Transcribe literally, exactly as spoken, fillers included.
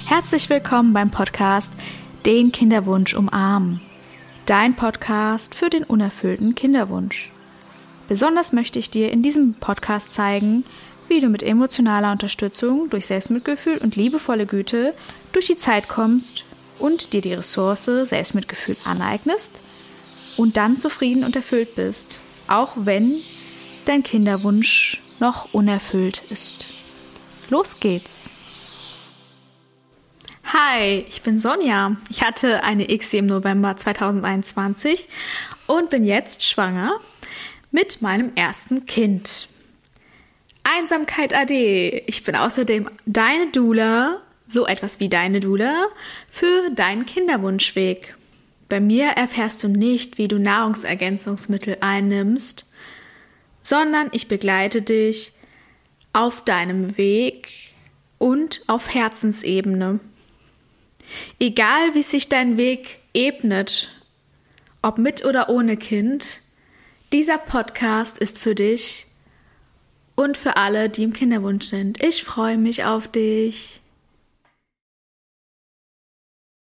Herzlich willkommen beim Podcast Den Kinderwunsch umarmen. Dein Podcast für den unerfüllten Kinderwunsch. Besonders möchte ich dir in diesem Podcast zeigen, wie du mit emotionaler Unterstützung durch Selbstmitgefühl und liebevolle Güte durch die Zeit kommst und dir die Ressource Selbstmitgefühl aneignest und dann zufrieden und erfüllt bist, auch wenn dein Kinderwunsch noch unerfüllt ist. Los geht's! Hi, ich bin Sonja. Ich hatte eine I C S I im November zweitausendeinundzwanzig und bin jetzt schwanger mit meinem ersten Kind. Einsamkeit ade. Ich bin außerdem deine Doula, so etwas wie deine Doula, für deinen Kinderwunschweg. Bei mir erfährst du nicht, wie du Nahrungsergänzungsmittel einnimmst, sondern ich begleite dich auf deinem Weg und auf Herzensebene. Egal wie sich dein Weg ebnet, ob mit oder ohne Kind, dieser Podcast ist für dich und für alle, die im Kinderwunsch sind. Ich freue mich auf dich.